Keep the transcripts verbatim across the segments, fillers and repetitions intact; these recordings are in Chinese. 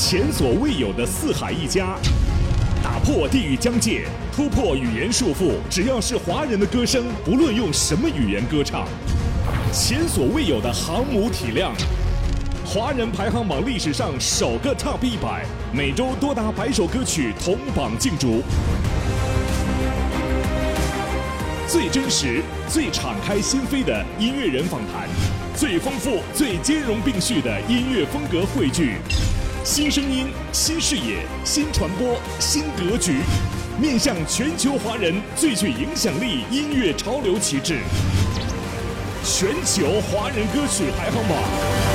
前所未有的四海一家，打破地域疆界，突破语言束缚。只要是华人的歌声，不论用什么语言歌唱，前所未有的航母体量。华人排行榜历史上首个 Top 一百，每周多达百首歌曲同榜竞逐。最真实、最敞开心扉的音乐人访谈，最丰富、最兼容并蓄的音乐风格汇聚，新声音、新视野、新传播、新格局，面向全球华人最具影响力音乐潮流旗帜——全球华人歌曲排行榜。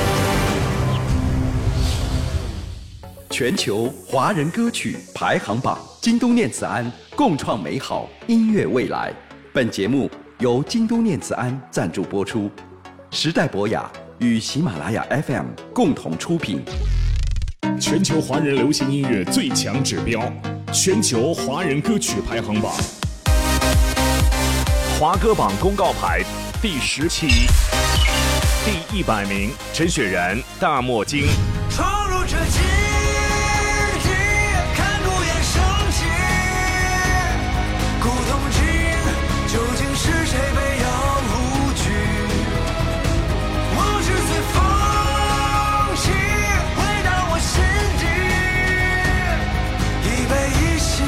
全球华人歌曲排行榜，京都念慈庵共创美好音乐未来。本节目由京都念慈庵赞助播出，时代博雅与喜马拉雅 F M 共同出品。 全球华人流行音乐最强指标，全球华人歌曲排行榜，华歌榜公告牌第十期，第一百名，陈雪然《大漠经》。 闯入这禁忌，看孤雁升起，古铜镜，究竟是谁被遥无惧？往事随风起，回到我心底，一悲一喜，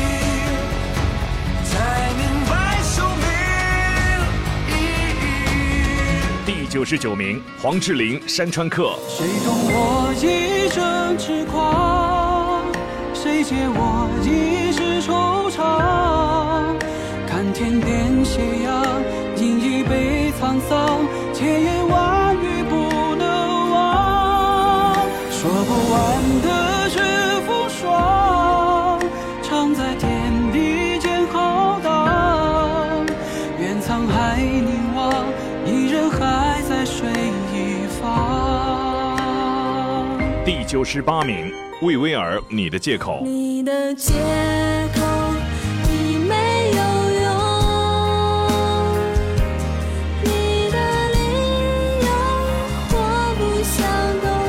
才明白宿命意义。 第九十九名，黄致霖《山川客》。 谁懂我一生痴狂？谁解我一世惆怅？看天边斜阳，饮一杯沧桑，千言万语不能忘。说不完的是风霜，常在天地间浩荡。愿沧海凝望，一人还在水一方。 第九十八名，魏巍儿《你的借口》。 你的借口已没有用，你的理由我不想懂。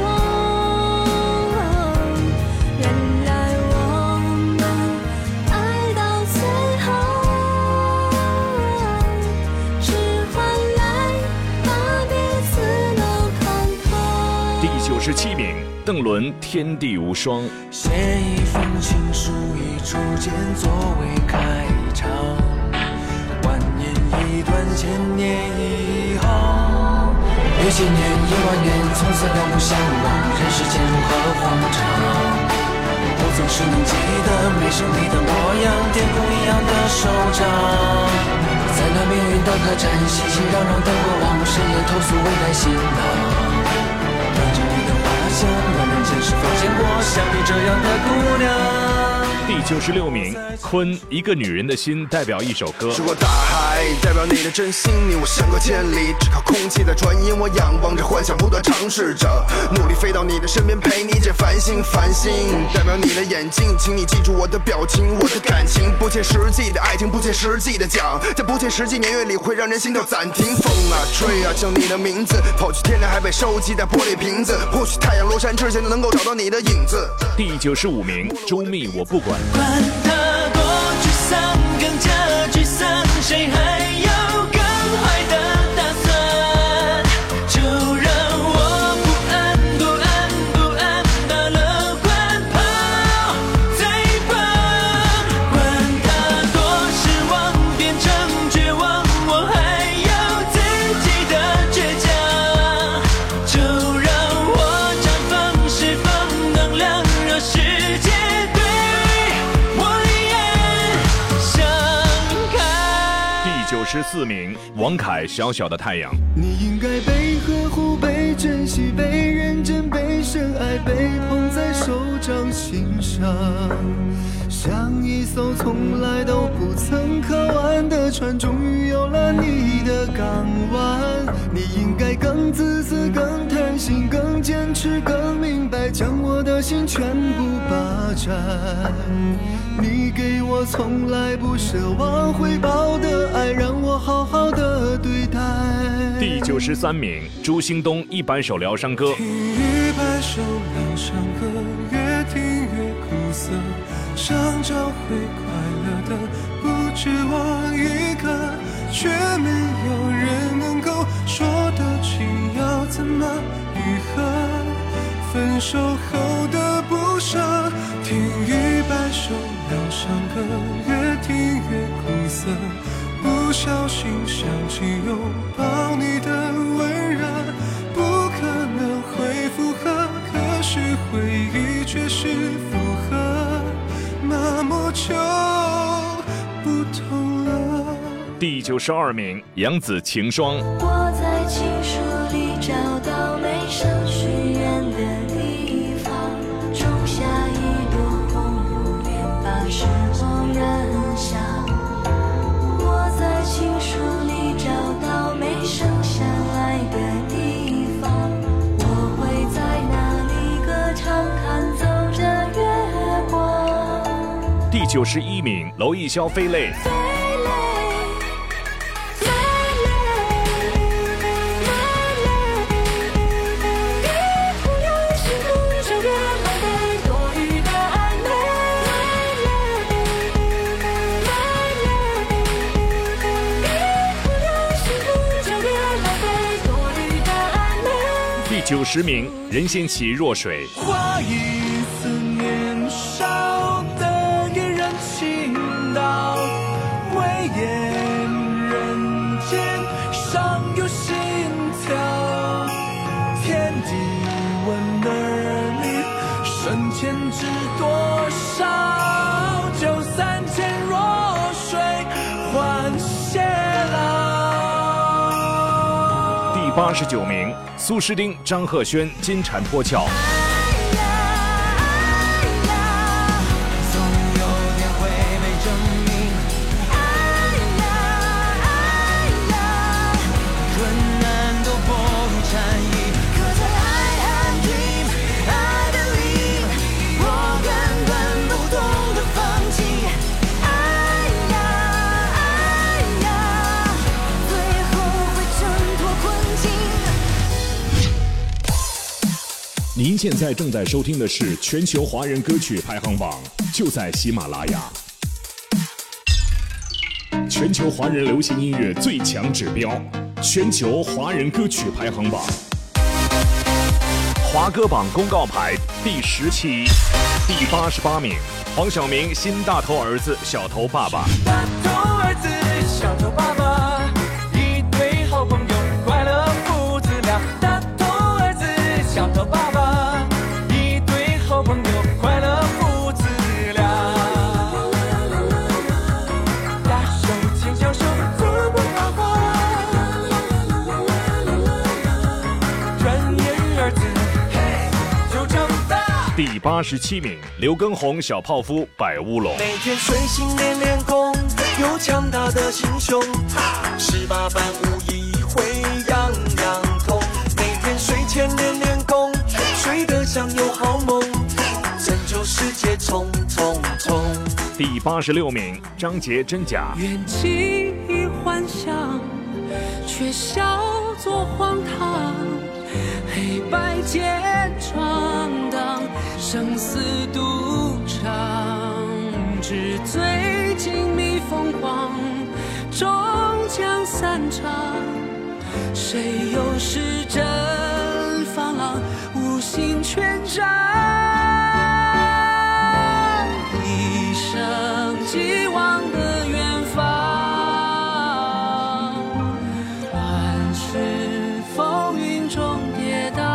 原来我们爱到最后，只换来把彼此都看透。 第九十七名，邓伦《天地无双》。 写一封情书，一竹简作为开场，万年一段，千年一行。一千年，一万年，从此两不相忘，人世间如何荒唐？我总是能记得没胜利的模样，天空一样的手掌，在那命运的客栈，熙熙攘攘的过往，深夜投诉微带行囊。看着你的画像，茫然间是否见过像你这样的姑娘？ 第九十六名，坤《一个女人的心》代表一首歌。 是我大海，代表你的真心，你我相隔千里，只靠空气的传音。我仰望着幻想，不断尝试着，努力飞到你的身边，陪你解繁星。繁星代表你的眼睛，请你记住我的表情，我的感情，不切实际的爱情，不切实际的讲，在不切实际年月里会让人心跳暂停。风啊吹啊，叫你的名字，跑去天亮还被收集在玻璃瓶子，或许太阳落山之前能够找到你的影子。 第九十五名，周密我不管。 管他多沮丧，更加沮丧，谁还有更坏的打算？就让我不安不安不安的乐观跑最棒。管他多失望变成绝望，我还有自己的倔强。就让我绽放释放能量，让世界对九十四名，王凯《小小的太阳》。 你应该被呵护、被珍惜、被认真、被深爱、被捧在手掌心上，像一艘从来都不曾靠岸的船，终于有了你的港湾。你应该更自私、更贪心、更坚持、更明白，将我的心全部霸占。你给我从来不奢望回报的爱，让我好好的对待。 第九十三名，朱星东《一百首疗伤歌》。 一百首疗伤歌，越听涩，想找回快乐的不止我一个，却没有人能够说得清要怎么愈合。分手后的不舍，听一百首疗伤歌，越听越苦涩，不小心想起拥抱你的温热，不可能会复合，可是回忆却是符合，那么就不同了。 第九十二名，杨紫《情霜》。 我在情书里找到没生许愿的地方，种下一朵红榴莲，把时光染上。我在情书里找到没生下来的地方，我会在那里歌唱，看走着月光。 第九十一名，娄艺潇《飞泪》。第九十名，任贤齐《弱水》。 花一次年少的给人倾倒，唯愿人间尚有心跳，天地问儿女瞬间知多少，就三千弱水换偕老。 第八十九名，苏诗丁、张赫宣《金蝉脱壳》。您现在正在收听的是全球华人歌曲排行榜，就在喜马拉雅。全球华人流行音乐最强指标，全球华人歌曲排行榜。华歌榜公告牌第十期，第八十八名，黄晓明新大头儿子小头爸爸。 大头儿子小头爸爸，一对好朋友，快乐父子俩。大头儿子小头爸爸，朋友快乐父子俩，大手牵小手走过花花，转眼儿子嘿就长大。 第八十七名，刘畊宏小泡芙百乌龙。 每天睡醒练练功，有强大的心胸，十八般武艺会样样通。每天睡前练练功，睡得像有好梦，拯救世界冲冲冲。 第八十六名，张杰真假。 愿记忆幻想，却笑作荒唐。黑白间闯荡，生死赌场，纸醉金迷疯狂，终将散场。谁又是真放浪，无心全占？一生既往的远方，万事风云中跌宕，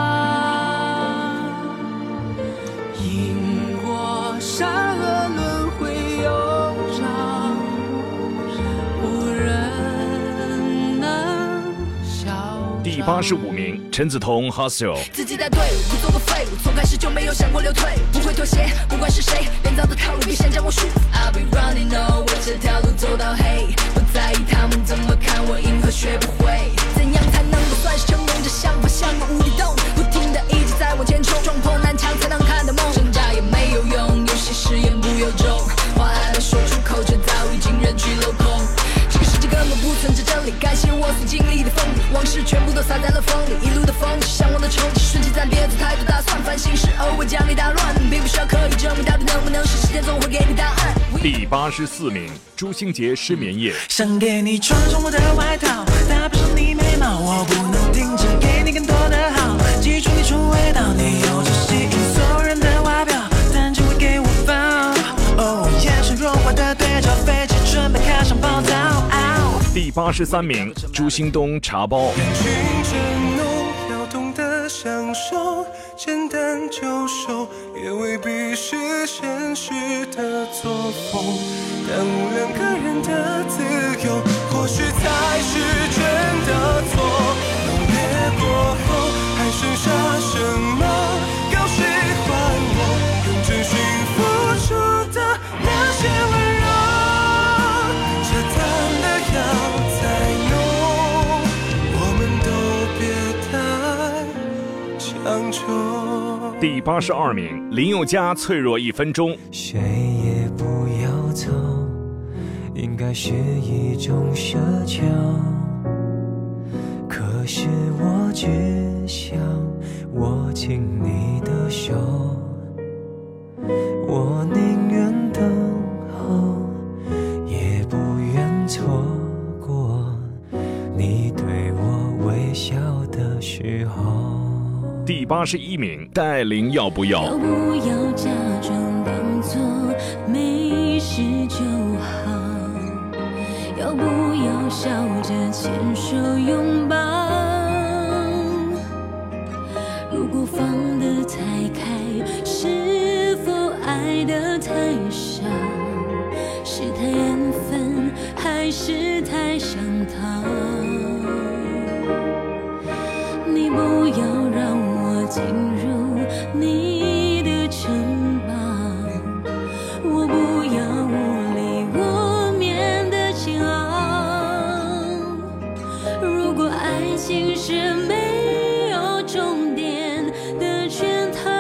因果善恶轮回悠长，无人能晓。 第八十五名，陈梓彤 Hustle。 自己带队伍，不做个废物，从开始就没有想过流退，不会妥协，不管是谁编造的套路，别想将我束缚。I'll be running on， 我这条路走到黑，不在意他们怎么看我，因何学不会？怎样才能够算是成功？这想法像个无底洞，不停的一直在往前冲，撞破南墙才能看到梦。挣扎也没有用，有些誓言不由衷，话还没说出口，就早已经人去楼空。这个世界根本不存在真理，感谢我所经历的风雨，往事全部都洒在了风里，一路的风起，向往的憧憬，顺其自然，别做太多打算，凡心事而我将你打乱，并不需要刻意证明到底能不能是时间总会给你答案。 第八十四名，朱星杰失眠夜。 想给你穿上我的外套，搭配上你眉毛，我不能停止给你更多的好，记住你出味道，你有着吸引所有人的外表，但只会给我放。哦，眼神润滑的对照，飞机准备开上报道。 第八十三名，朱星东茶包。 要懂得享受，简单就收，也未必是现实的作风。耽误两个人的自由，或许才是真的错。浓烈过后，还剩下什么要喜欢我？用真心付出的那些温柔，扯淡的要再浓，我们都别太强求。 第八十二名，林宥嘉脆弱一分钟。 谁也不要走，应该是一种奢求，可是我只想握紧你的手，我宁愿等候，也不愿错过你对我微笑的时候。 第八十一名，戴琳要不要？ 要不要假装当作没事就好？要不要笑着牵手拥抱？如果放得太开，是否爱得太少？是太缘分，还是太想逃？你不要让我进入你的城堡，我不要无力无眠的煎熬。如果爱情是没有终点的圈套，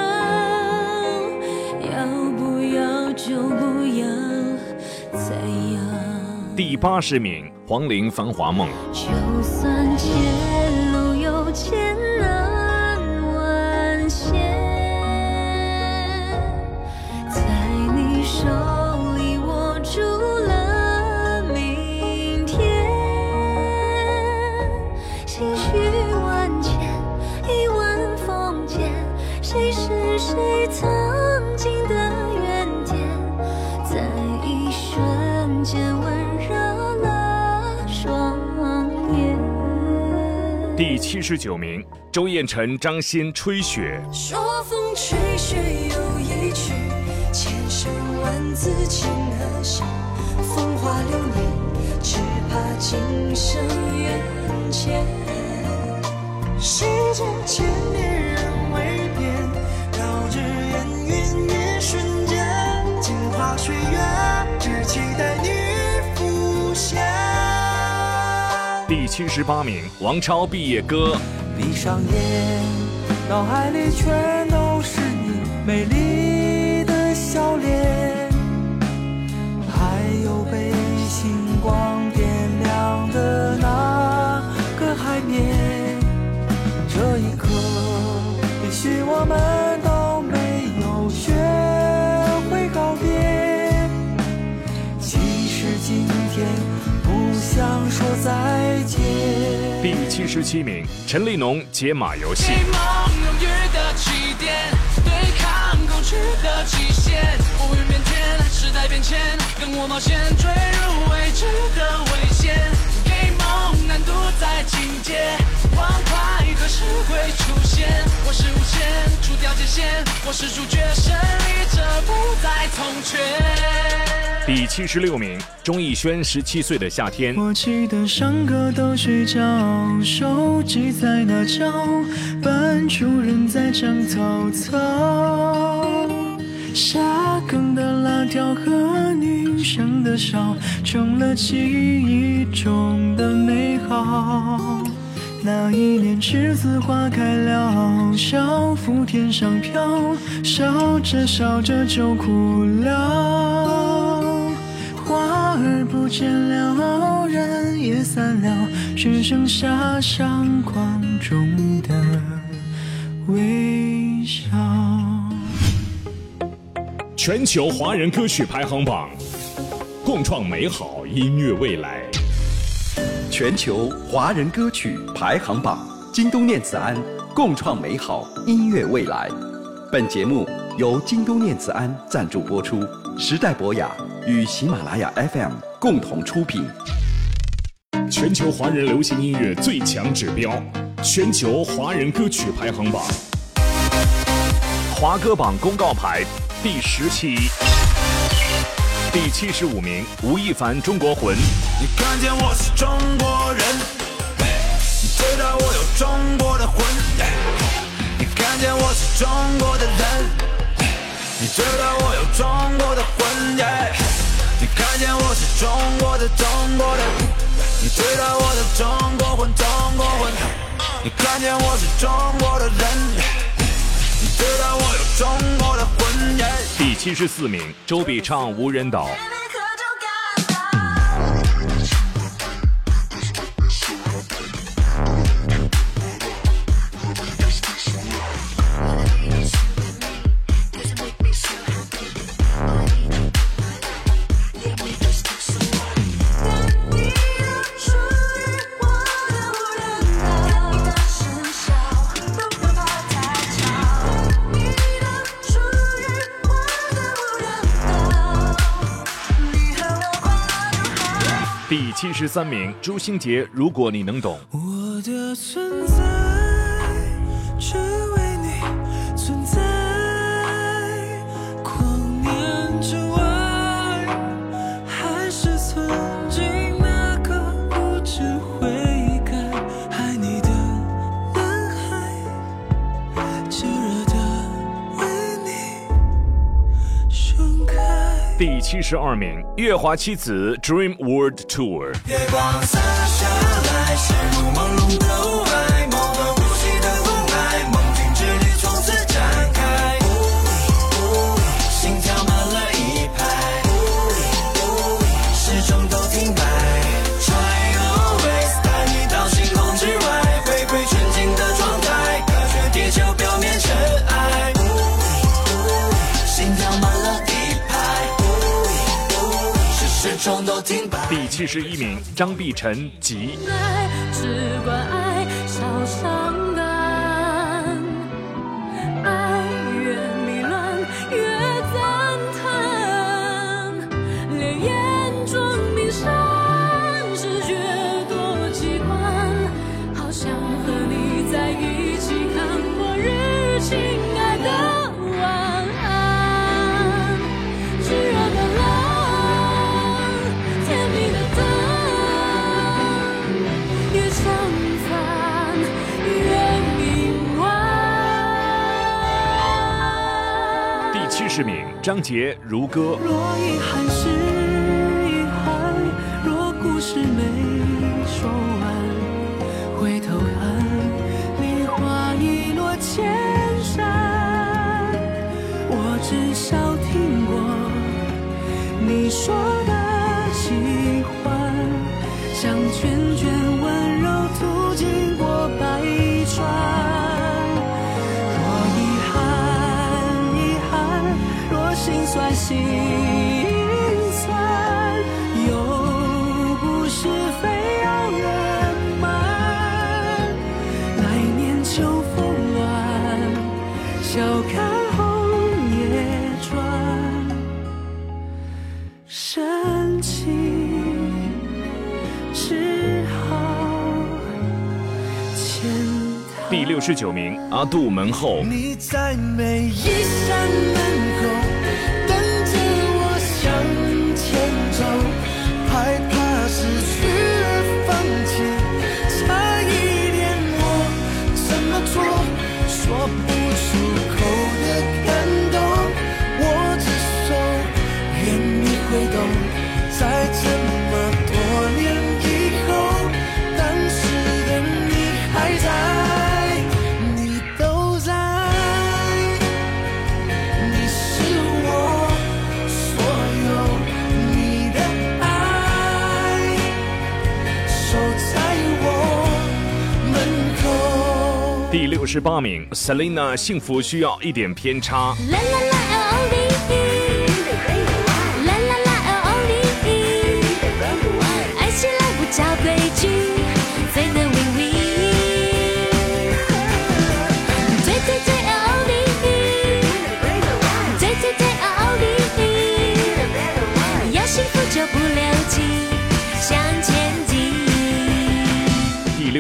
要不要就不要再要。 第八十名，黄龄《繁华梦》。 就算前路有千难万险，在你手里握住了明天。心绪万千，亿万风间，谁是谁曾经的原点，在一瞬间温热了双眼。 第七十九名，周彦辰、张欣《吹雪》。 说风吹雪又一曲，千声万字情何限？风花流年，只怕今生缘浅。 世间千年人未变，绕指烟云一瞬间，镜花水月，只期待你浮现。 第七十八名，王超《毕业歌》。 闭上眼，脑海里全都是你美丽的笑脸，还有被星光点亮的那个海面。这一刻，也许我们都没有学会告别，其实今天不想说再见。 第七十七名，陈立农《解码游戏》。 给梦永远的起点，对抗恐惧的极限。乌云变天，时代变迁，跟我冒险，坠入未知的危险。给梦难度在境界，欢快何时会出现？我是无限，除掉界限，我是主角，胜利者不再从缺。 第七十六名，钟义轩《十七岁的夏天》。 我记得上课都睡觉，手机在那叫，班主任在讲曹操。下课的辣条和女生的笑，成了记忆中的美好。那一年栀子花开了，小腹天上飘，笑着笑着就哭了。花儿不见了，人也散了，只剩下相框中的微笑。 全球华人歌曲排行榜，共创美好音乐未来。 全球华人歌曲排行榜，京东念慈庵共创美好音乐未来。本节目由京东念慈庵赞助播出，时代博雅与喜马拉雅 F M 共同出品。 全球华人流行音乐最强指标，全球华人歌曲排行榜，华歌榜公告牌第十期，第七十五名，吴亦凡《中国魂》。 你看见我是中国人，你知道我有中国的魂，你看见我是中国的人，你知道我有中国的魂，你看见我是中国的中国人，你知道我的中国魂，中国魂，你看见我是中国的人，你知道我有中国的魂。 第七十四名，周笔畅《无人岛》。第七十三名，朱星杰《如果你能懂》。 我的存在只为你存在，光年之外，还是曾经那个不知悔改爱你的男孩，炙热的为你盛开。 第七十二名，月华妻子 Dream World Tour。 月光洒下来，陷入朦胧的雾霭，某个呼吸的风来，梦境之旅从此展开。心跳慢了一拍，始终都停摆。Try always 带你到星空之外，回归纯净的状态，隔绝地球表面尘埃。心跳慢了一拍。始终都停摆。 第七十一名，张碧晨《急》。 只管爱，少伤感，爱越迷乱越赞叹，烈焰中冰山，视觉多奇观，好想和你在一起看末日，亲爱的晚安，炙热的浪，甜蜜的灯，越长泛越明晚。 第七十名，张杰《如歌》。 若遗憾是遗憾，若故事没说完，回头看，梨花已落千山。我至少听过你说的喜欢，像涓涓温柔途经过百川。若遗憾遗憾，若心酸心酸，又不是非要人满。来年秋风乱，笑看红叶转，深情只好牵踏。 第六十九名，阿杜《门后》。 你在每一扇门口等着我向前走，害怕失去而放弃，差一点我怎么做，说不出口的感动，我只说愿你会懂，在这么多年以后，当时的你还在，你都在，你是我所有，你的爱守在我门口。 第六十八名 ，Selina《幸福需要一点偏差》。 啦啦啦 L O V E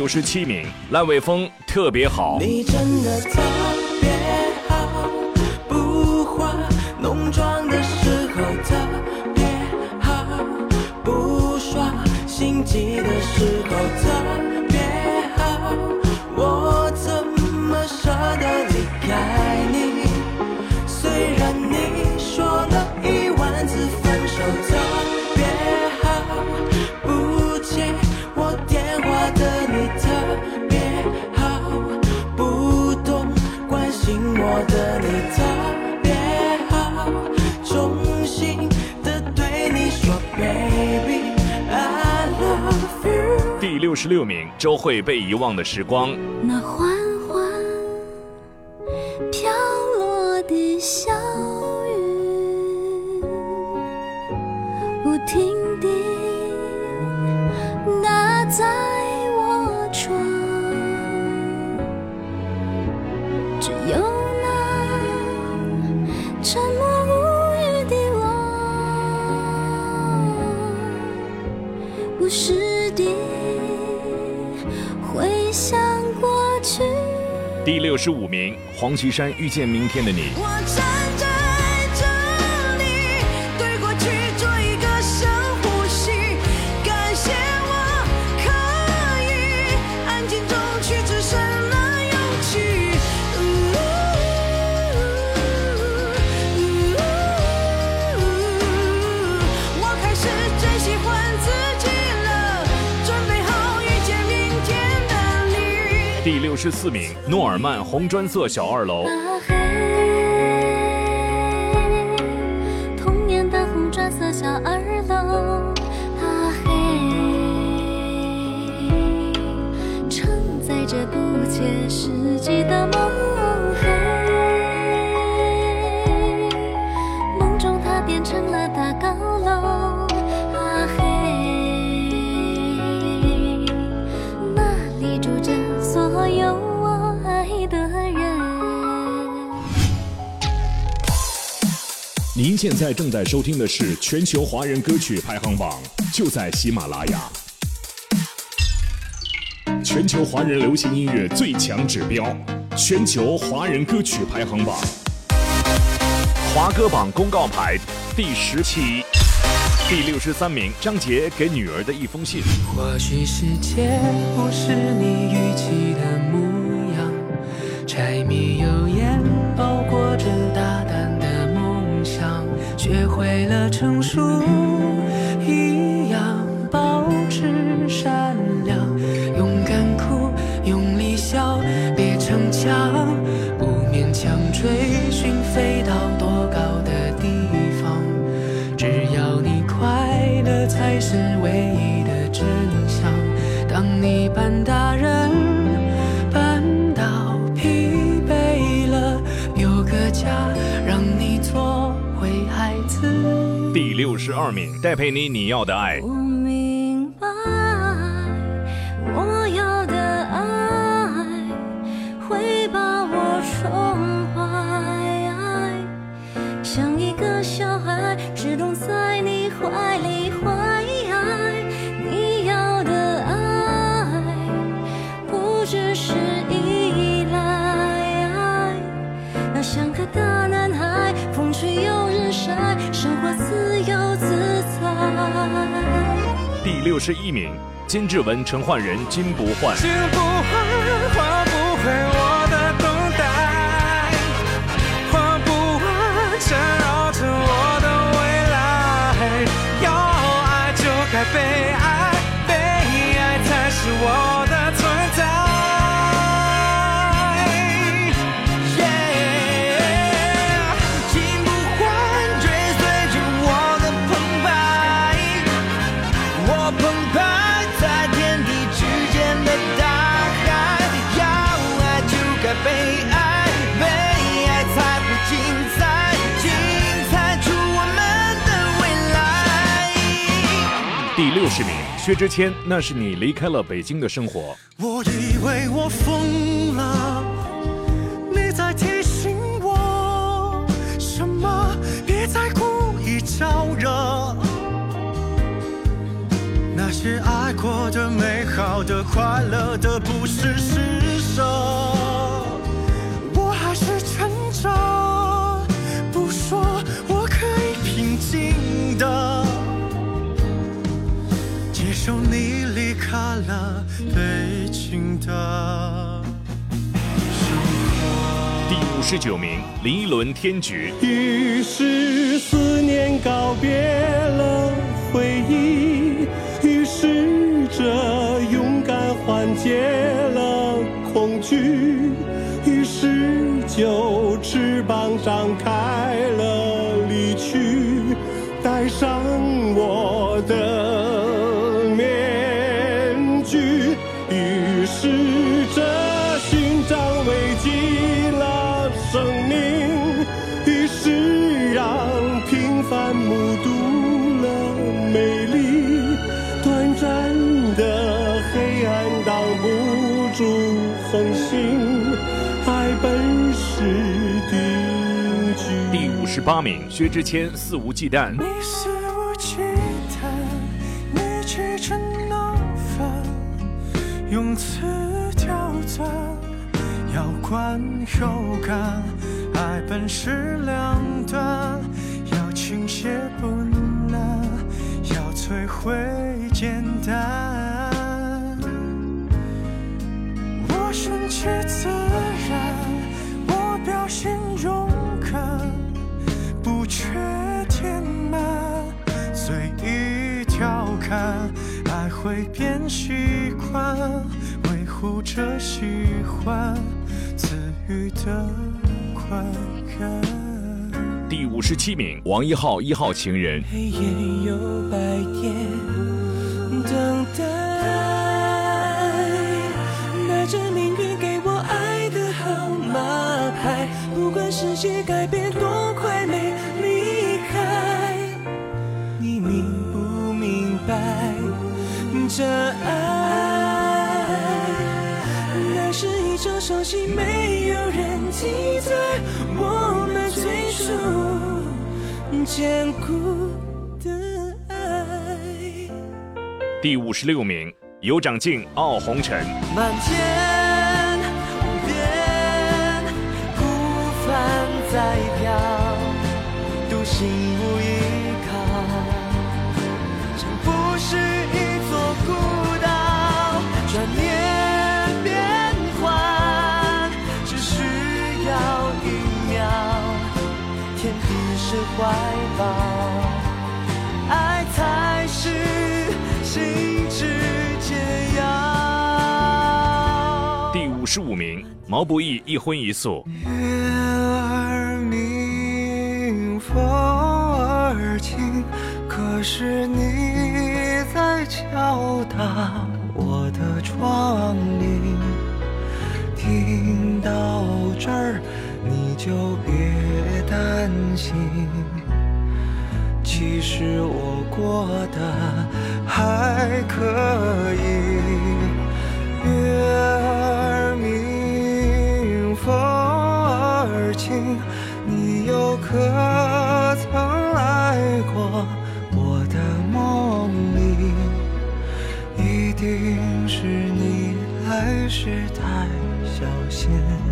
十七名，赖伟峰特别好。 你真的特别好，不化浓妆的时候特别好，不耍心机的时候特别好，我怎么舍得离开你？虽然你说了一万次分手特别好，不接我电话的你特别好，不懂关心我的你特别好，衷心的对你说 Baby I love you。 第六十六名，周蕙被遗忘的时光。 那缓缓飘落的小雨，不停地打在我窗，只有那沉默无语的我，不时地回想过去。 第六十五名，黄绮珊遇见明天的你。 我站在这里，对过去做一个深呼吸，感谢我可以安静中去只剩了勇气。我开始真喜欢自己了，准备好遇见明天的你。 第六十四名，诺尔曼红砖色小二楼。 啊嘿，童年的红砖色小二楼，啊嘿，承载着不切实际的梦，嘿，梦中它变成了大高楼，啊嘿，那里住着所有我爱的人。 您现在正在收听的是全球华人歌曲排行榜，就在喜马拉雅。全球华人流行音乐最强指标，全球华人歌曲排行榜。华歌榜公告牌第十期，第六十三名，张杰给女儿的一封信。 或许世界不是你预期的模样，柴米油盐包裹着大胆的梦想，学会了成熟一样保持善良，勇敢哭，用力笑，别逞强，不勉强追寻飞到多高的地方，只要你快乐才是唯一的真相。当你扮大人扮到疲惫了，有个家让你做回孩子。 第六十二名，戴佩妮你要的爱。 我明白，我要的爱会把我宠坏，像一个小孩只懂在你怀里怀。你要的爱不只是依赖，要像个大男孩，风吹又日晒，生活自由自在。 第六十一名，金志文、陈奂仁金不换。 金不换，换不回我的等待，换不完缠绕着我的未来。要爱就该被爱，被爱才是我的存在。 第六十名，薛之谦，那是你离开了北京的生活。 我以为我疯了，你在提醒我什么？别再故意招惹，那些爱过的、美好的、快乐的不是施舍，我还是撑着不说，我可以平静的接受你离开了北京的第五十九名，林依轮《天局》。 于是思念告别了回忆，于是这勇敢缓解了恐惧，于是就翅膀张开了离去，戴上我的面具，于是这勋章危机了生命，于是让平凡目睹了美丽，短暂的黑暗挡不住恒星，爱本是定局。 第五十八名，薛之谦《肆无忌惮》。 你肆无忌惮，你去成那份用词刁钻，要观有感，爱本是两端，要倾斜不难，要摧毁简单。我顺其自然，我表现勇敢，不缺填满，随意调侃，爱会变习惯，维护着喜欢，赐予的快感。 第五十七名，王一浩《一号情人》。 黑夜有白天等待，带着命运给我爱的号码牌，不管世界改变多快没离开，你明不明白这爱，爱是一场手戏，没有人替代我们最初坚固的爱。 第五十六名，有长进《傲红尘》。 漫天边孤帆在飘，独行无依靠，这不是一座孤岛，转念变幻只需要一秒，天地是怀抱，爱才是心之解药。 第五十五名，毛不易《一荤一素》。 月儿明，风儿轻，可是你在敲打我的窗棂。听到这儿，你就别担心，其实我过得还可以。月儿明，风儿轻，你又可曾来过我的梦里？一定是你来时太小心，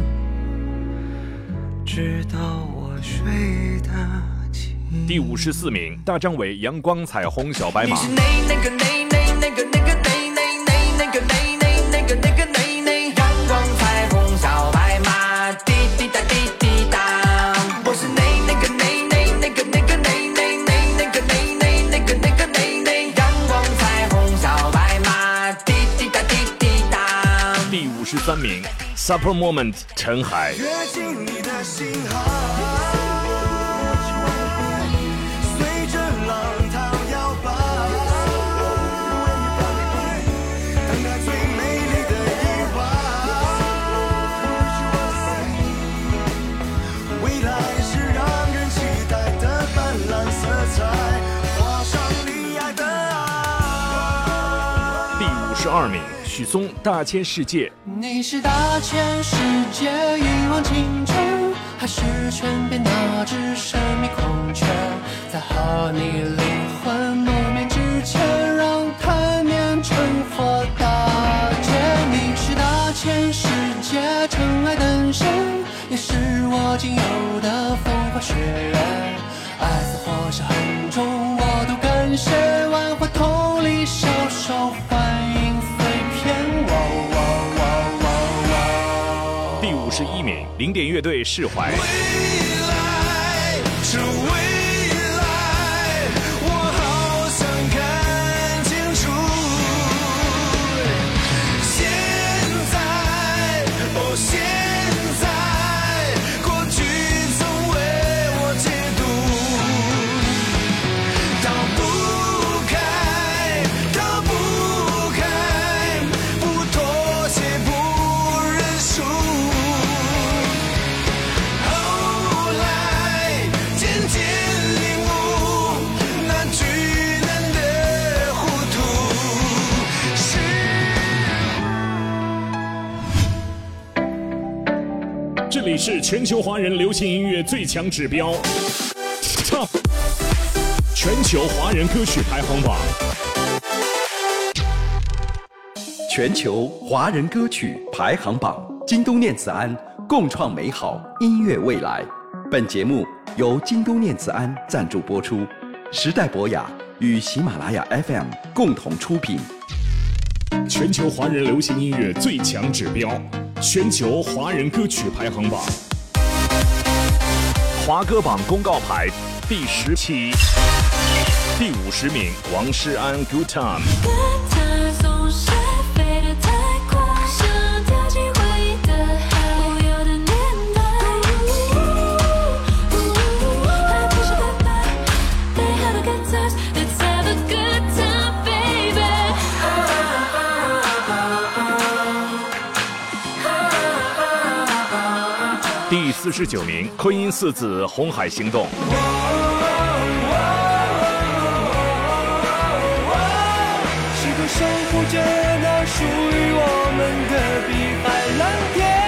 直到我睡得轻。 第五十四名，大张伟《阳光彩虹小白马》。 你是那那个那那那个那个那那那那个那那那个那个那那阳光彩虹小白马，滴滴答滴滴答。我是那那个那那那个那个那那那那个那那那个那个那那阳光彩虹小白马，滴滴答滴滴答。 第五十三名， Super Moment 陈海。 跃进你的心海，随着浪涛摇摆，等待最美丽的意外。未来是让人期待的斑斓色彩，画上你爱的爱。 第五十二名，许嵩《大千世界》。 你是大千世界一往情深，还是全变那只神秘孔雀？在和你灵魂磨灭之前，让贪念尘生，也是我仅有的风花雪月。爱似火烧痕中，我都敢学。万花筒里小手欢迎碎片。哇哇哇哇哇！ 第五十一名，零点乐队释怀。 未来是未来，我好想看清楚。现在，哦，现在，过去曾为我解读。逃不开，逃不开，不妥协，不认输。后来渐渐领悟，那巨难的糊涂是。 这里是全球华人流行音乐最强指标 Top 全球华人歌曲排行榜。 全球华人歌曲排行榜，京东念慈庵共创美好音乐未来。本节目由京东念慈庵赞助播出，时代博雅与喜马拉雅 F M 共同出品。 全球华人流行音乐最强指标，全球华人歌曲排行榜。华歌榜公告牌第十期，第五十名，王诗安 Good Time。 总是飞得太快，想跳进回忆的海，无忧的年代。还不是拜拜，美好的 good times, let's have a good time, baby。 第四十九名，昆音四子红海行动。 时刻守护着那属于我们的碧海蓝天。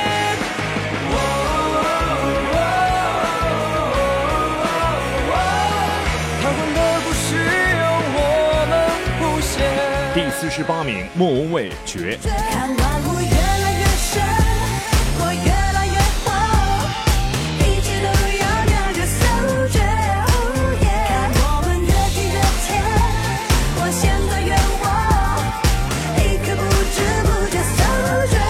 彷徨的故事由我们谱写。 第四十八名，莫文蔚绝。 看万物越来越深，我越来越厚，一切都要让这手绝。看我们越踢越甜，我现在愿望一刻不知不觉手绝。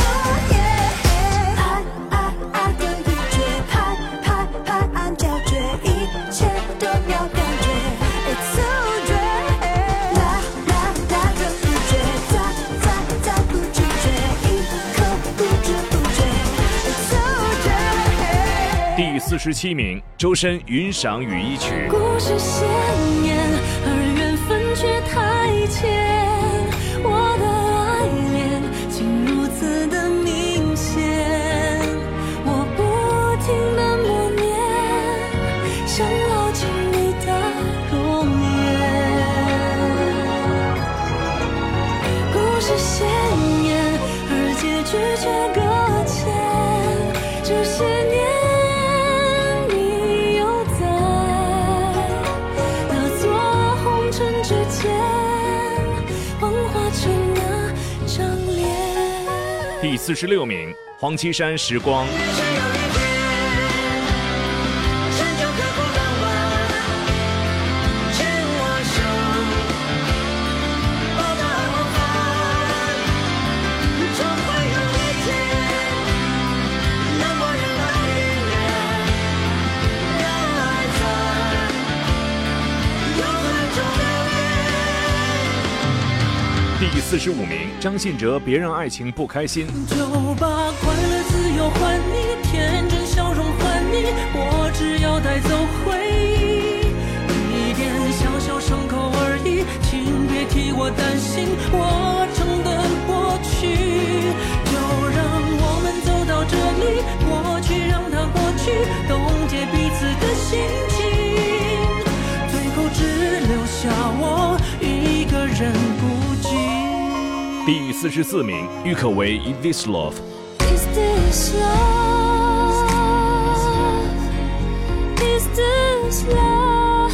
爱爱爱的欲绝，拍拍拍按胶卷，一切都要感觉 It's so 绝。啦啦啦的不绝，在在在不知觉，一刻不知不觉 It's so 绝。 第四十七名，周深云赏雨衣曲。 故事鲜艳，而缘分却太浅。我的爱恋竟如此的明显，我不停地默念，想牢记你的容颜。故事鲜艳，而结局却搁浅。这些年。 第四十六名，黄绮珊时光。第四十五名，张信哲别让爱情不开心。 就把快乐自由还你，天真笑容还你，我只要带走回忆，一点小小伤口而已，请别替我担心，我承担过去，就让我们走到这里，过去让它过去，冻结彼此的心情，最后只留下我一个人孤寂。 第四十四名，郁可唯 Is This Love。 Is this love? Is this love?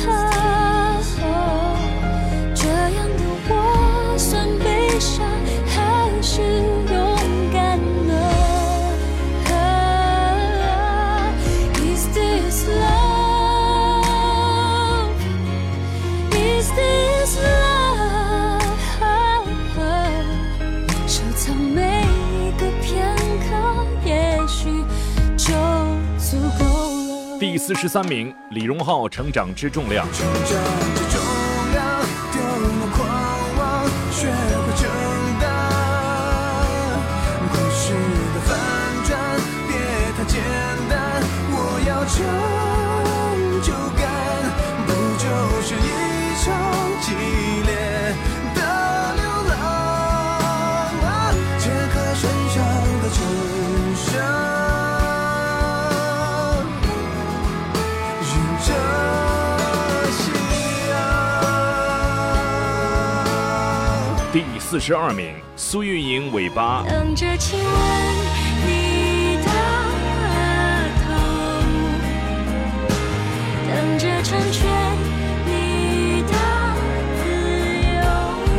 这样的我算悲伤还是勇敢呢？ 第四十三名，李荣浩《成长之重量》。 成长之重量，丢了狂妄，学会承担。故事的反转，别太简单。我要成就感，不就是一场激烈的流浪啊？揭开身上的衬衫。 第四十二名，苏运莹《尾巴》。 等着亲吻你的额头，等着成全你的自由。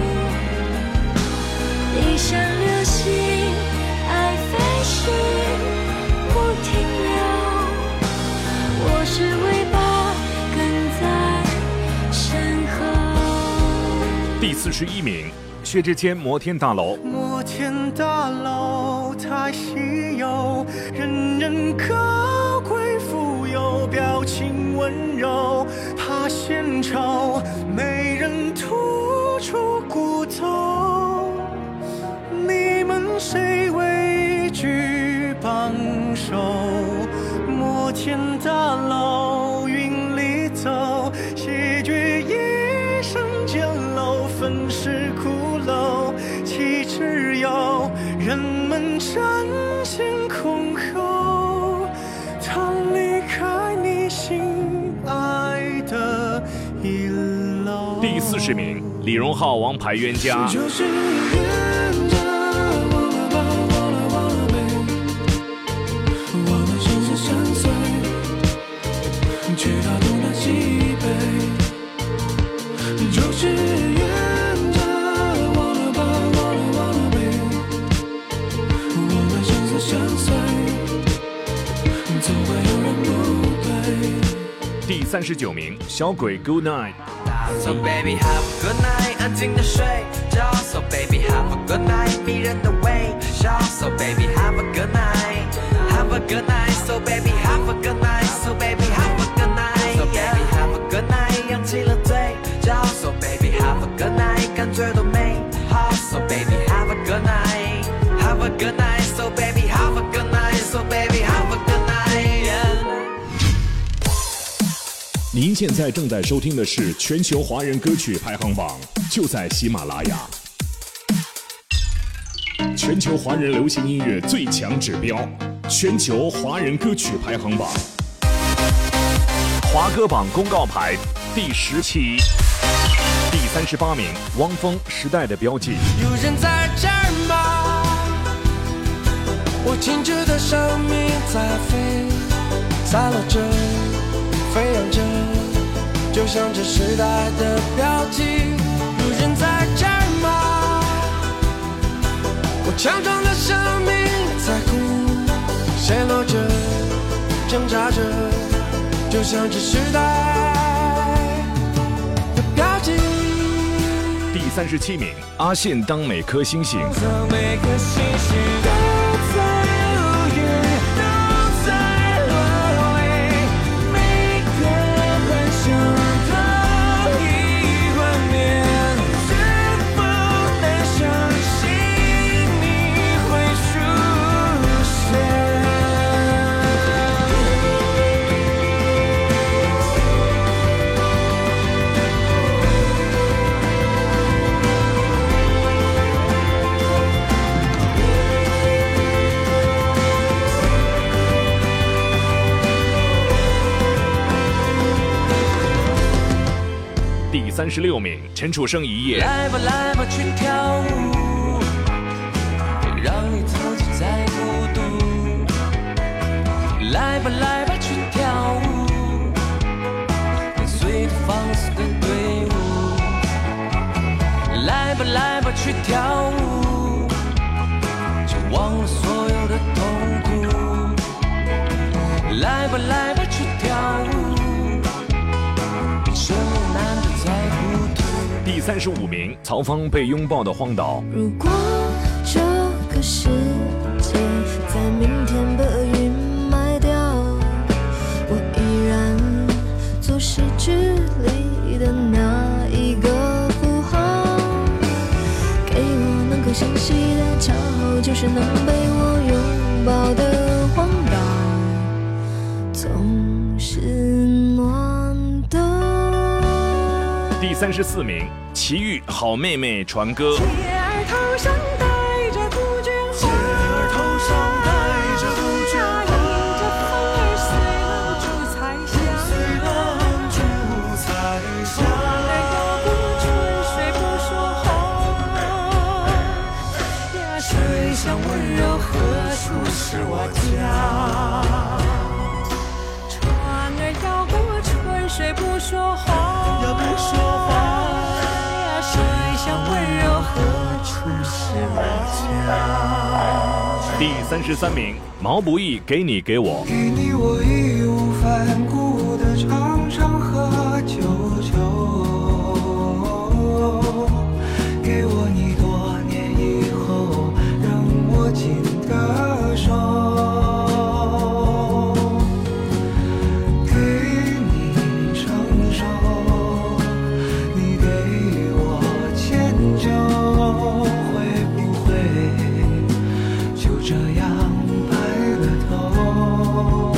你像流星，爱飞行不停留，我是尾巴跟在身后。 第四十一名，薛之谦《摩天大楼》。 摩天大楼太稀有，人人可贵富有，表情温柔，怕献丑，没人突出骨头。你们谁畏惧帮手？摩天大楼云里走，戏剧一生简陋，粉饰骷髅，岂只有人们争先恐后，他离开你心爱的一楼。 第四十名，李荣浩《王牌冤家》。 就是冤家，忘了吧，忘了忘了呗，我们心事相随，直到东南西北。就是冤家，忘了吧，忘了忘了呗，我们心思相随，总会有人不对。 第三十九名，小鬼 Good Night。 So baby have a good night， 安静的睡觉。So baby have a good night， 迷人的微笑。So baby have a good night，have a good night。So baby have a good night，So baby have a good night，So baby have a good night， 扬起了嘴角。So baby have a good night， 感觉都美好。So baby have a good night，have a good night。So baby have a good night，So baby have a good night。 您现在正在收听的是全球华人歌曲排行榜，就在喜马拉雅。全球华人流行音乐最强指标，全球华人歌曲排行榜。华歌榜公告牌第十期，第三十八名，汪峰《时代的标记》。 有人在这儿吗？我静止的生命在飞，散落着，飞扬着，就像这时代的标记。有人在这儿吗？我强壮的生命在哭，陷落着，挣扎着，就像这时代的标记。 第三十七名，阿信《当每颗星星》。 当每颗星星都在流云，都在落泪，每个幻想都已幻灭，是否能相信你会出现？ 第三十六名，陈楚生《一夜》。 来吧来吧去跳舞，别让你自己再孤独。来吧来吧去跳舞，跟随着放肆的队伍。来吧来吧去跳舞，就忘了所有的痛苦。来吧来吧去跳舞，比生命难得再孤独。 第三十五名，曹芳被拥抱的荒岛。 如果这个世界在明天被阴霾掉，我依起的那一个符号，给我能够相信的，恰好就是能被我拥抱的荒岛，总是暖的。 第三十四名，齐豫《好妹妹》传歌。 姐儿头上戴着杜鹃花， 姐儿头上戴着杜鹃花， 迎着风儿随浪逐彩霞， 随浪逐彩霞。 摇过春水不说话，呀，水乡温柔何处是我家？船儿摇过春水不说话， 呀不说话。 呀，水乡温柔何处是我家？ 第三十三名，毛不易《给你给我》。 给你我义无反顾的常常喝酒酒，给我你多年以后让我紧的手，给你成熟，你给我迁就，会不会就这样白了头？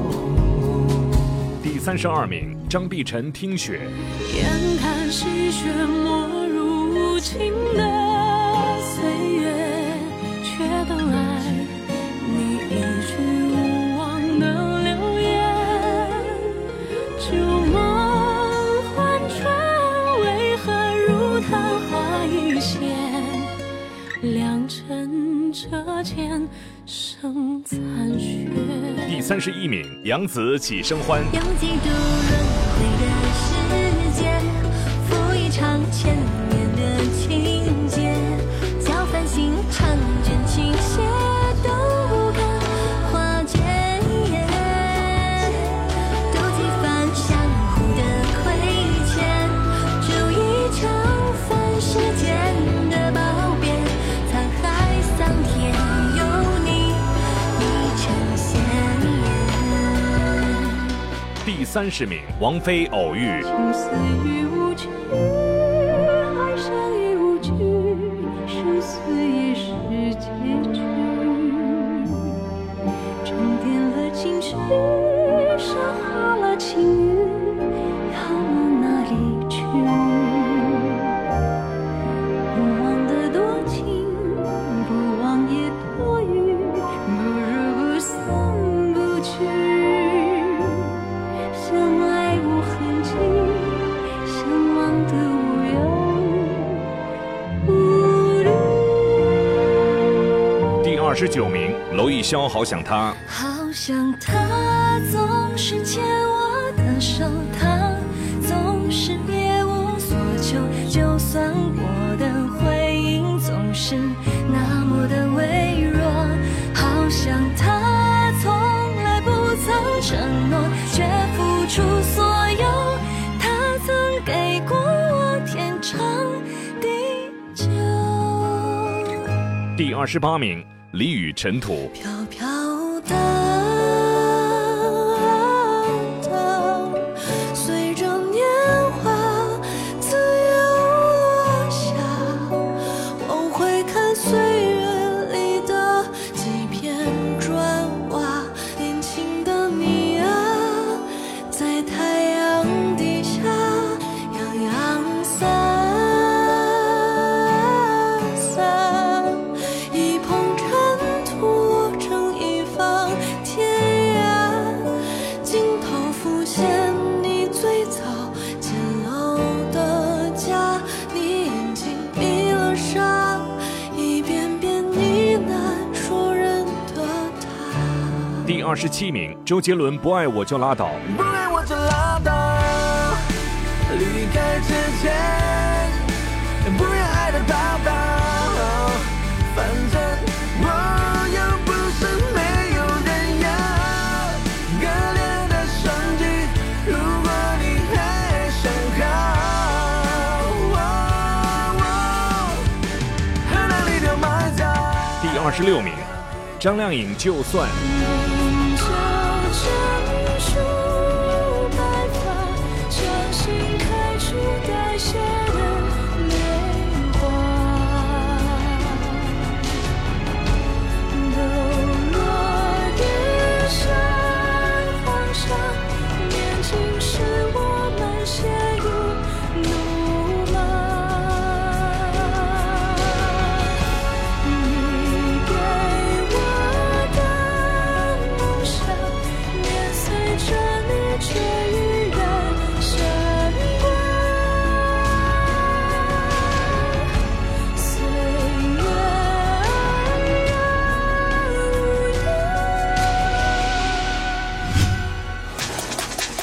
第三十二名，张碧晨《听雪》。 眼看细雪没入无情的岁月，却等来你一句无望的留言。旧梦幻转，为何如昙花一现？良辰折剑生残雪。 第三十一名，杨紫《几生欢》。 有几度轮回的时间，赴一场千年的情节，交繁星婵娟倾斜，都不敢化解。赌几番相互的亏欠，筑一场凡世间的褒贬，沧海桑田有你一成鲜艳。 第三十名，王菲《偶遇》。 情丝已无趣，爱上已无惧，生死也是结局。沉淀了情绪，升华了情欲，要往哪里去？不忘的多情，不忘也多余，不如不散不去。相爱无痕迹，相忘的无忧无虑。 第二十九名，娄艺潇《好想他》。 好想他总是牵我的手，他总是别无所求，就算我的回应总是那么的微弱。好想他从来不曾承诺，却付出所有，他曾给过我天长地久。 第二十八名，李宇《尘土》。 飘飘荡荡，随着年华自由落下，往回看岁月里的几片砖瓦，年轻的你啊，在太阳底下洋洋洒洒，一捧尘土落成一方天涯，镜头浮现你最早简陋的家，你眼睛闭了上，一遍遍呢喃说人的他。 第二十七名，周杰伦《不爱我就拉倒》。 不爱我就拉倒，离开之前不要爱的滔滔，反正我又不是没有人要。割裂的生机，如果你还想好，和哪里都埋葬。 第二十六名，张靓颖《就算》。 就成熟白发，相信开去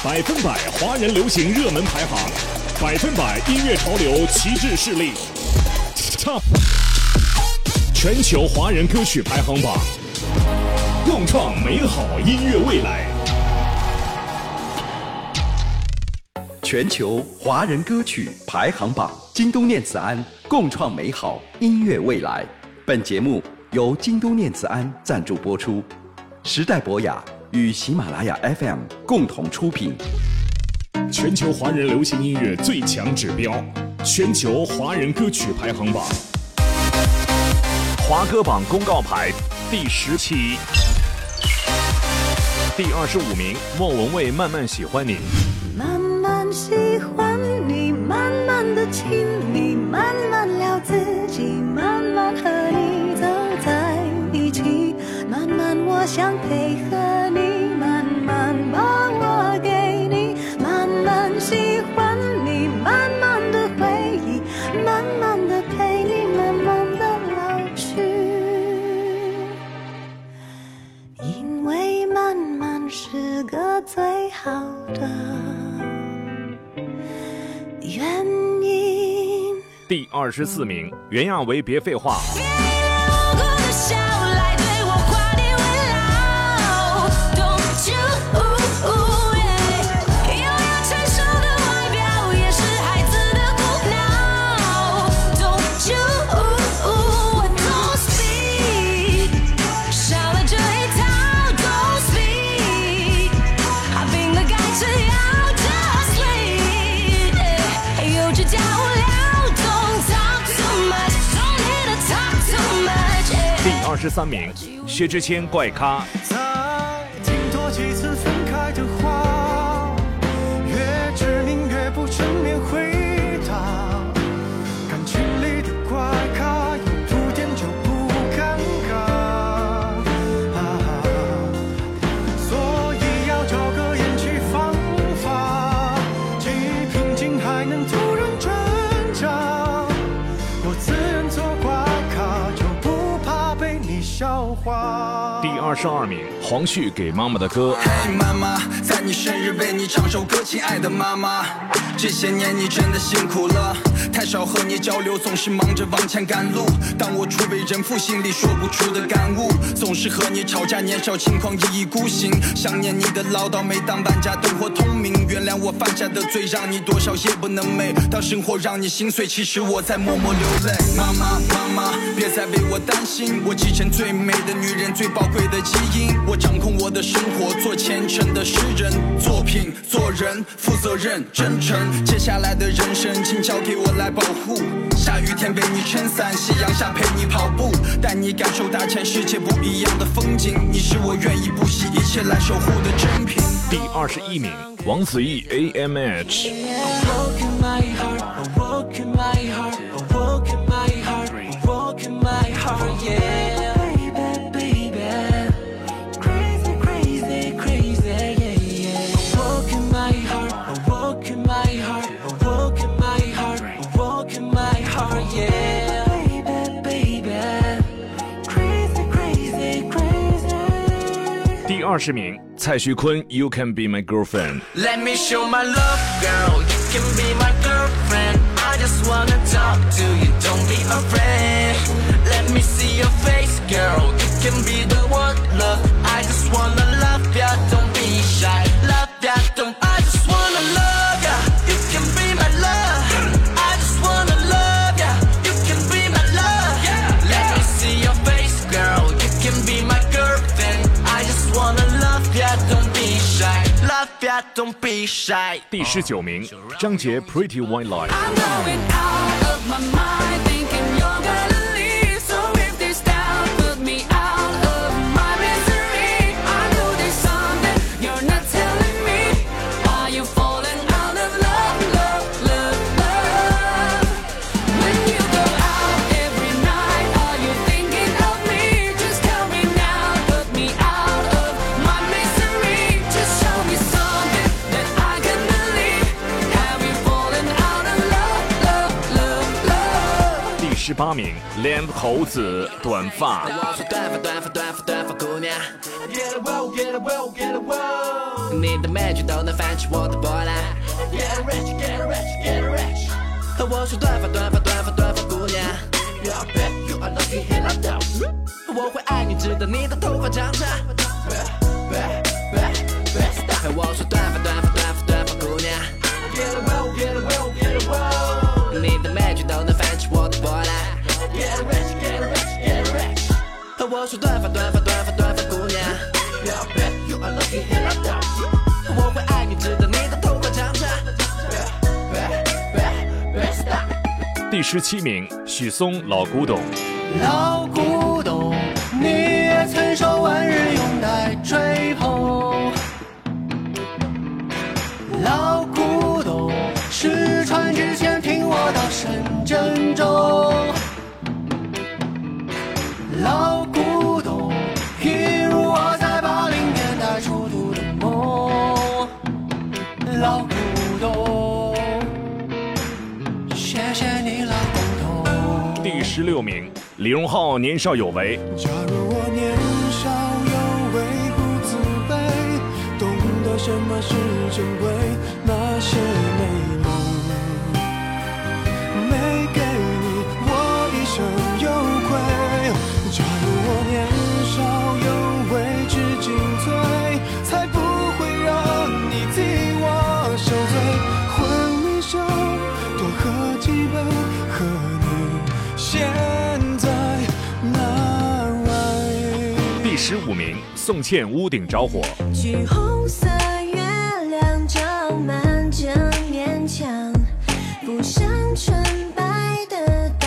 百分百华人流行热门排行，百分百音乐潮流旗帜势力 ，Top 全球华人歌曲排行榜，共创美好音乐未来。 全球华人歌曲排行榜，京东念慈庵共创美好音乐未来。本节目由京东念慈庵赞助播出，时代博雅与喜马拉雅 F M 共同出品。 全球华人流行音乐最强指标，全球华人歌曲排行榜，华歌榜公告牌第十期，第二十五名，莫文蔚《慢慢喜欢你》。 慢慢喜欢你，慢慢的亲你，慢慢聊自己，慢慢和你走在一起，慢慢我想配合你，慢慢把我给你，慢慢喜欢你，慢慢的回忆，慢慢的陪你，慢慢的老去，因为慢慢是个最好的原因。 第二十四名，袁娅维《别废话》。二十三名，薛之谦《怪咖》。 再听多几次分开的话，越执迷越不正面回答，感情里的怪咖有铺垫就不尴尬、啊、所以要找个演技方法，既平静还能突然挣扎，我自认做怪咖就不怕被你笑话。 第二十二名，黄旭给妈妈的歌。 嘿妈妈，在你生日为你唱首歌，亲爱的妈妈，这些年你真的辛苦了，太少和你交流，总是忙着往前赶路。当我初为人父，心里说不出的感悟，总是和你吵架，年少轻狂一意孤行，想念你的唠叨，每当搬家灯火通明。原谅我犯下的罪，让你多少也不能美。当生活让你心碎，其实我在默默流泪。妈妈妈妈，别再为我担心，我继承最美的女人，最宝贵的基因，我掌控我的生活，做虔诚的诗人，作品做人负责任真诚，接下来的人生请交给我来保护。下雨天为你撑伞，夕阳下陪你跑步，带你感受大千世界不一样的风景，你是我愿意不惜一切来守护的珍品。 第二十一名，王子异 A M H。第二十名，蔡徐坤 You Can Be My Girlfriend。 Let me show my love, girl. You can be my girlfriend. I just wanna talk to you, don't be afraid. Let me see your face, girl. You can be the one, love. I just wanna love ya, don't be shy. Love ya, don't. I just wanna love ya. You can be my love. I just wanna love ya. You can be my love. Let me see your face, girl. You can be my girlfriend. I just wanna love ya, don't be shy. Love ya, don't be shy. 第十九名，张杰 Pretty White Lie。 I'm going out of my mind, thinking you're gonna leave. So if this doubt put me out of my misery, I know there's something you're not telling me. Are you falling out of love, love, love, love? When you go out every night, are you thinking of me? Just tell me now, put me out of my misery. Just show me something that I can believe. Have you fallen out of love, love, love, love? 十八名，脸猴子短发。 我说短发短发短发短发姑娘，你的美剧都能泛起我的波澜。Get rich, get rich, get rich。我说短发短发短发短发姑娘，我会爱你直到你的头发长长。我说短发短发短发短发姑娘，你的美剧都能泛起我的波澜。Get rich, get rich, get rich。我说短发短发短发短发姑娘，我会爱你直到你的头发长长。 第十七名，许嵩老古董。 老古董，你也曾受万人拥戴追捧。老古董，失传之前听我到深圳中。老古董，一如我在八零年代初度的梦。老古董，谢谢你老古董。 第十六名，李荣浩年少有为。 假如我年少有为不自卑，懂得什么是珍贵，那些美丽没给你，我一生有愧。假如我年少有为知进退，才不会让你替我受罪。婚礼上多喝几杯，和你现在那位。 第十五名，宋茜屋顶着火。 橘红色月亮照满整面墙，浮上纯白的荡，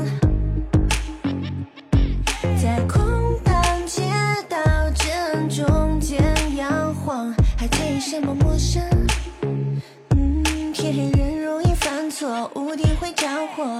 在空荡街道正中间摇晃，还介意什么陌生？嗯，偏黑人容易犯错，屋顶会着火。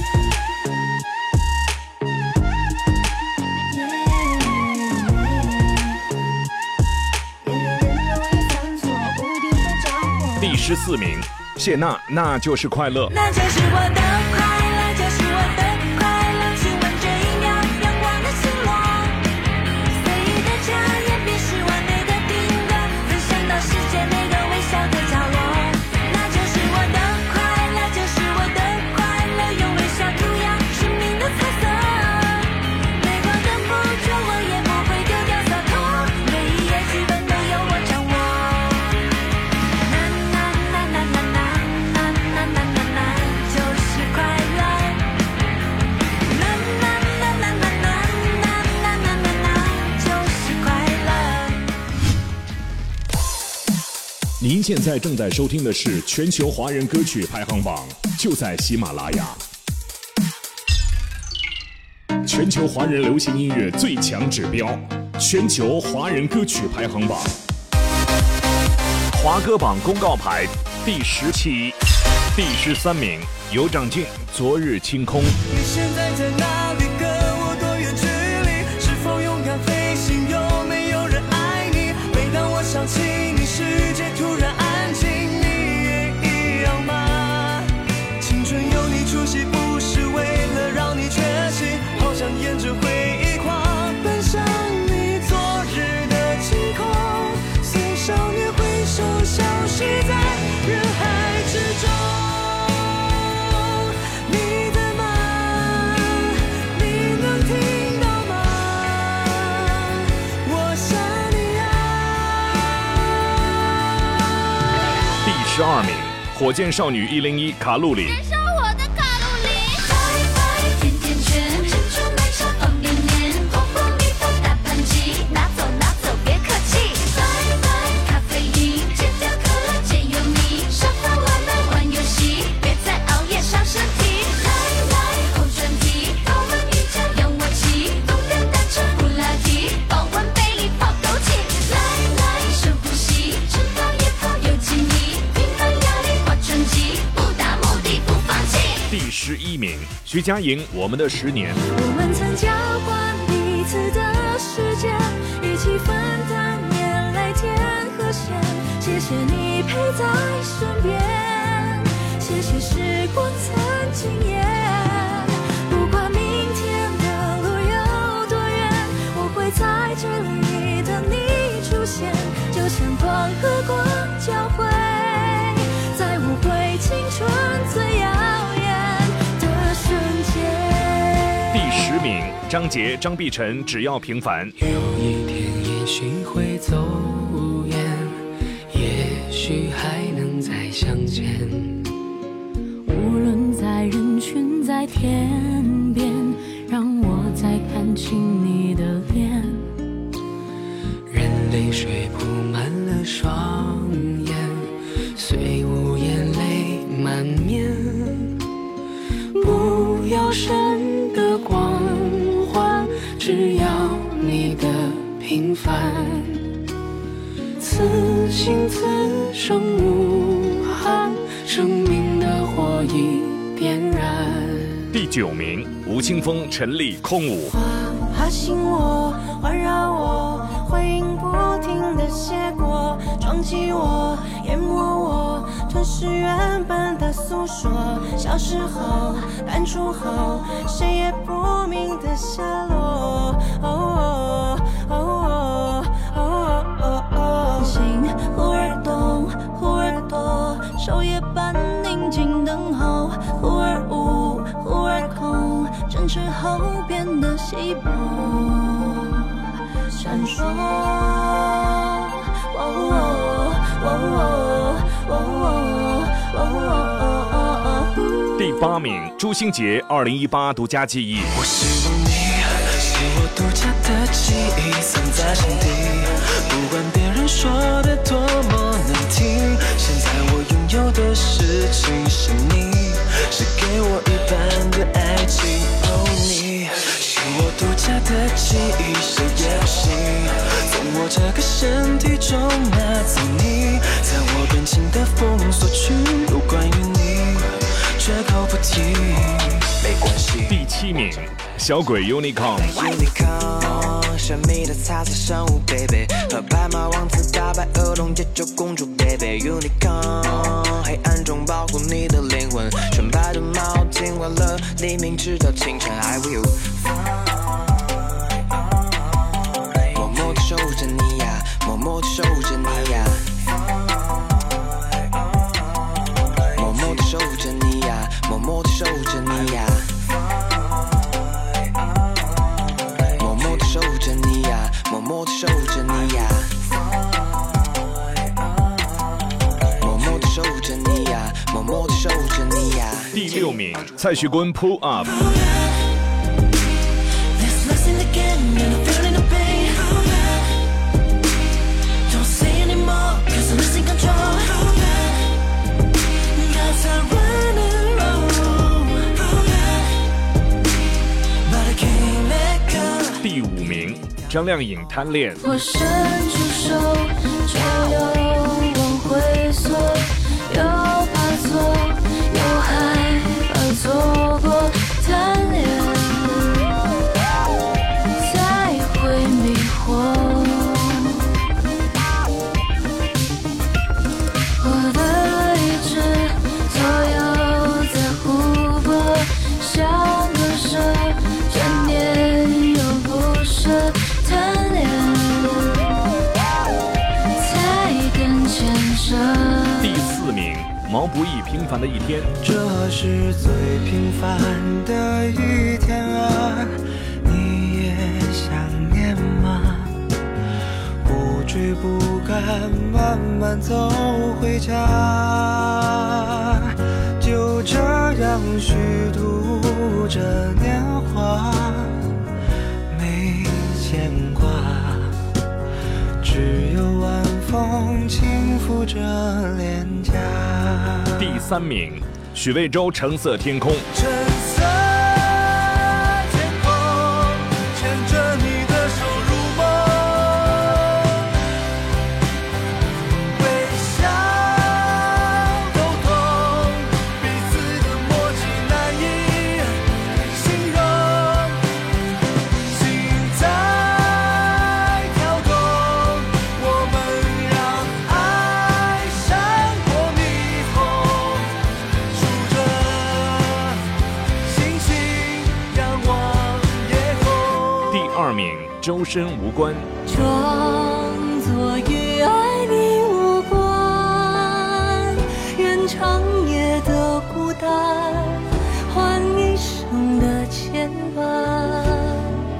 第十四名，谢娜，那就是快乐。 那就是我的快乐，就是我的快乐。亲吻这一秒阳光的倾落，随意的眨眼便是完美的定格，分享到世界每个微小的角落。那就是我的快乐，就是我的快乐，用微笑涂鸦生命的彩色。没光灯不救，我也不会丢掉洒脱，每一页剧本都由我掌握。 您现在正在收听的是全球华人歌曲排行榜，就在喜马拉雅。全球华人流行音乐最强指标，全球华人歌曲排行榜。华歌榜公告牌第十期，第十三名，尤长靖，昨日清空。 你现在在哪里？跟我多远距离？是否勇敢飞行？有没有人爱你？每当我想起你，世界突然安静，你也一样吗？青春有你出席，不是为了让你缺席，好想沿着回忆狂奔向你昨日的晴空，随少年挥手消失在人海之中。你在吗？你能听到吗？我想你啊。 第十二名，火箭少女一零一卡路里。 燃烧我的卡路里，快快甜甜圈，珍珠奶茶放绵绵，红红蜜蜂大盘鸡，拿走拿走别客气。拜拜咖啡因，戒掉可乐戒油腻，沙发外卖玩游戏，别再熬夜伤身体。来来后转体，我们瑜伽有默契，动感单车普拉提，保温杯里泡枸杞。来来深呼吸，晨跑夜跑有精力，平凡压力化成绩，不达目的不放弃。 第十一名，徐佳莹，我们的十年。 我们曾交换彼此的时间，一起分担眼泪甜和咸。谢谢你陪在身边，谢谢时光曾惊艳。不张杰、张碧晨，只要平凡。 有一天也许会走远，也许还能再相见。 无论在人群在天边，让我再看清你的脸。 任泪水铺满了双眼，虽无言泪满面。不要神的光环，只要你的平凡。此心此生无憾，生命的火已点燃。 第九名，吴青峰、陈粒、空舞。 怕醒我，环绕我，回音不停地写过，撞击我，淹没我，吞噬原本的诉说。小时候，淡出后，谁也不明的下落。哦哦哦哦哦哦，心忽而动，忽而躲，手也般宁静等候，忽而无，忽而空，争执后变得稀薄。闪烁。 第八名，朱星杰，二零一八独家记忆。 我希望你是我独家的记忆，藏在心底，不管别人说的多么难听。现在我拥有的事情是你，是给我一半的爱情。哦，你是我独家的记忆，谁也不行从我这个身体中拿走你，在我感情的封锁区，有关于你绝口不提，没关系。 第七名，小鬼 Unicorn。Unicorn， 神秘的彩色生物 baby， 和白马王子打败恶龙解救公主 baby。Unicorn， 黑暗中保护你的灵魂，纯白的猫听完了黎明直到清晨 I will 默默地守着你呀，默默地守着你呀，默默地守着你呀，默默地守着你呀，默默地守着你呀，默默地守着你呀，默默地守着你呀，默默地守着你呀。 第六名，蔡徐坤 Pull Up。第五名，张靓颖贪恋。 我伸出手，却又往回缩，又怕错，又害怕错过，贪恋才会迷惑。我的意志左右在互搏，像个蛇，转念又不舍，贪恋才更牵涉。 第四名，毛不易平凡的一天。 这是最平凡的一天啊，你也想念吗？不追不赶，慢慢走回家，就这样虚度着年华，没牵挂，只有晚风轻抚着脸颊。 第三名，许魏洲橙色天空。 橙色天空，牵着你的手入梦，微笑沟通，彼此的默契难以形容，心在跳动，我们让爱闪过霓虹，数着星星仰望夜空。 第二名，周深无关。 装作与爱你无关，愿长夜的孤单，换一生的牵绊。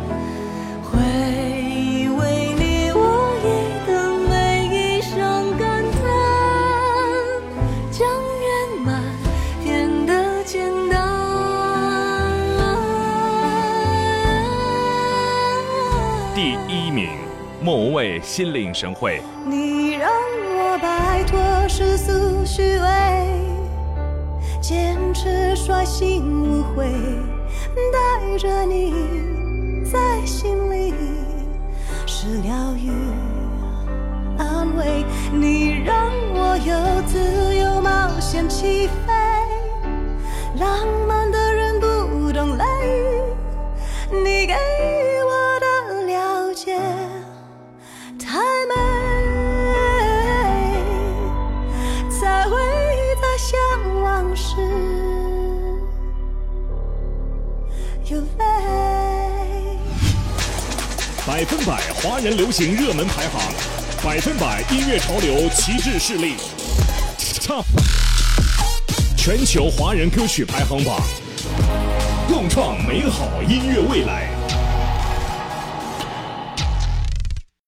莫文蔚心领神会。 你让我摆脱世俗虚伪，坚持率性无悔，带着你在心里是疗愈安慰。你让我有自由冒险起飞，浪漫的人不懂累，你给我的了解太美，才会在想往事有泪。 百分百华人流行热门排行，百分百音乐潮流旗帜势力 ，Top 全球华人歌曲排行榜，共创美好音乐未来。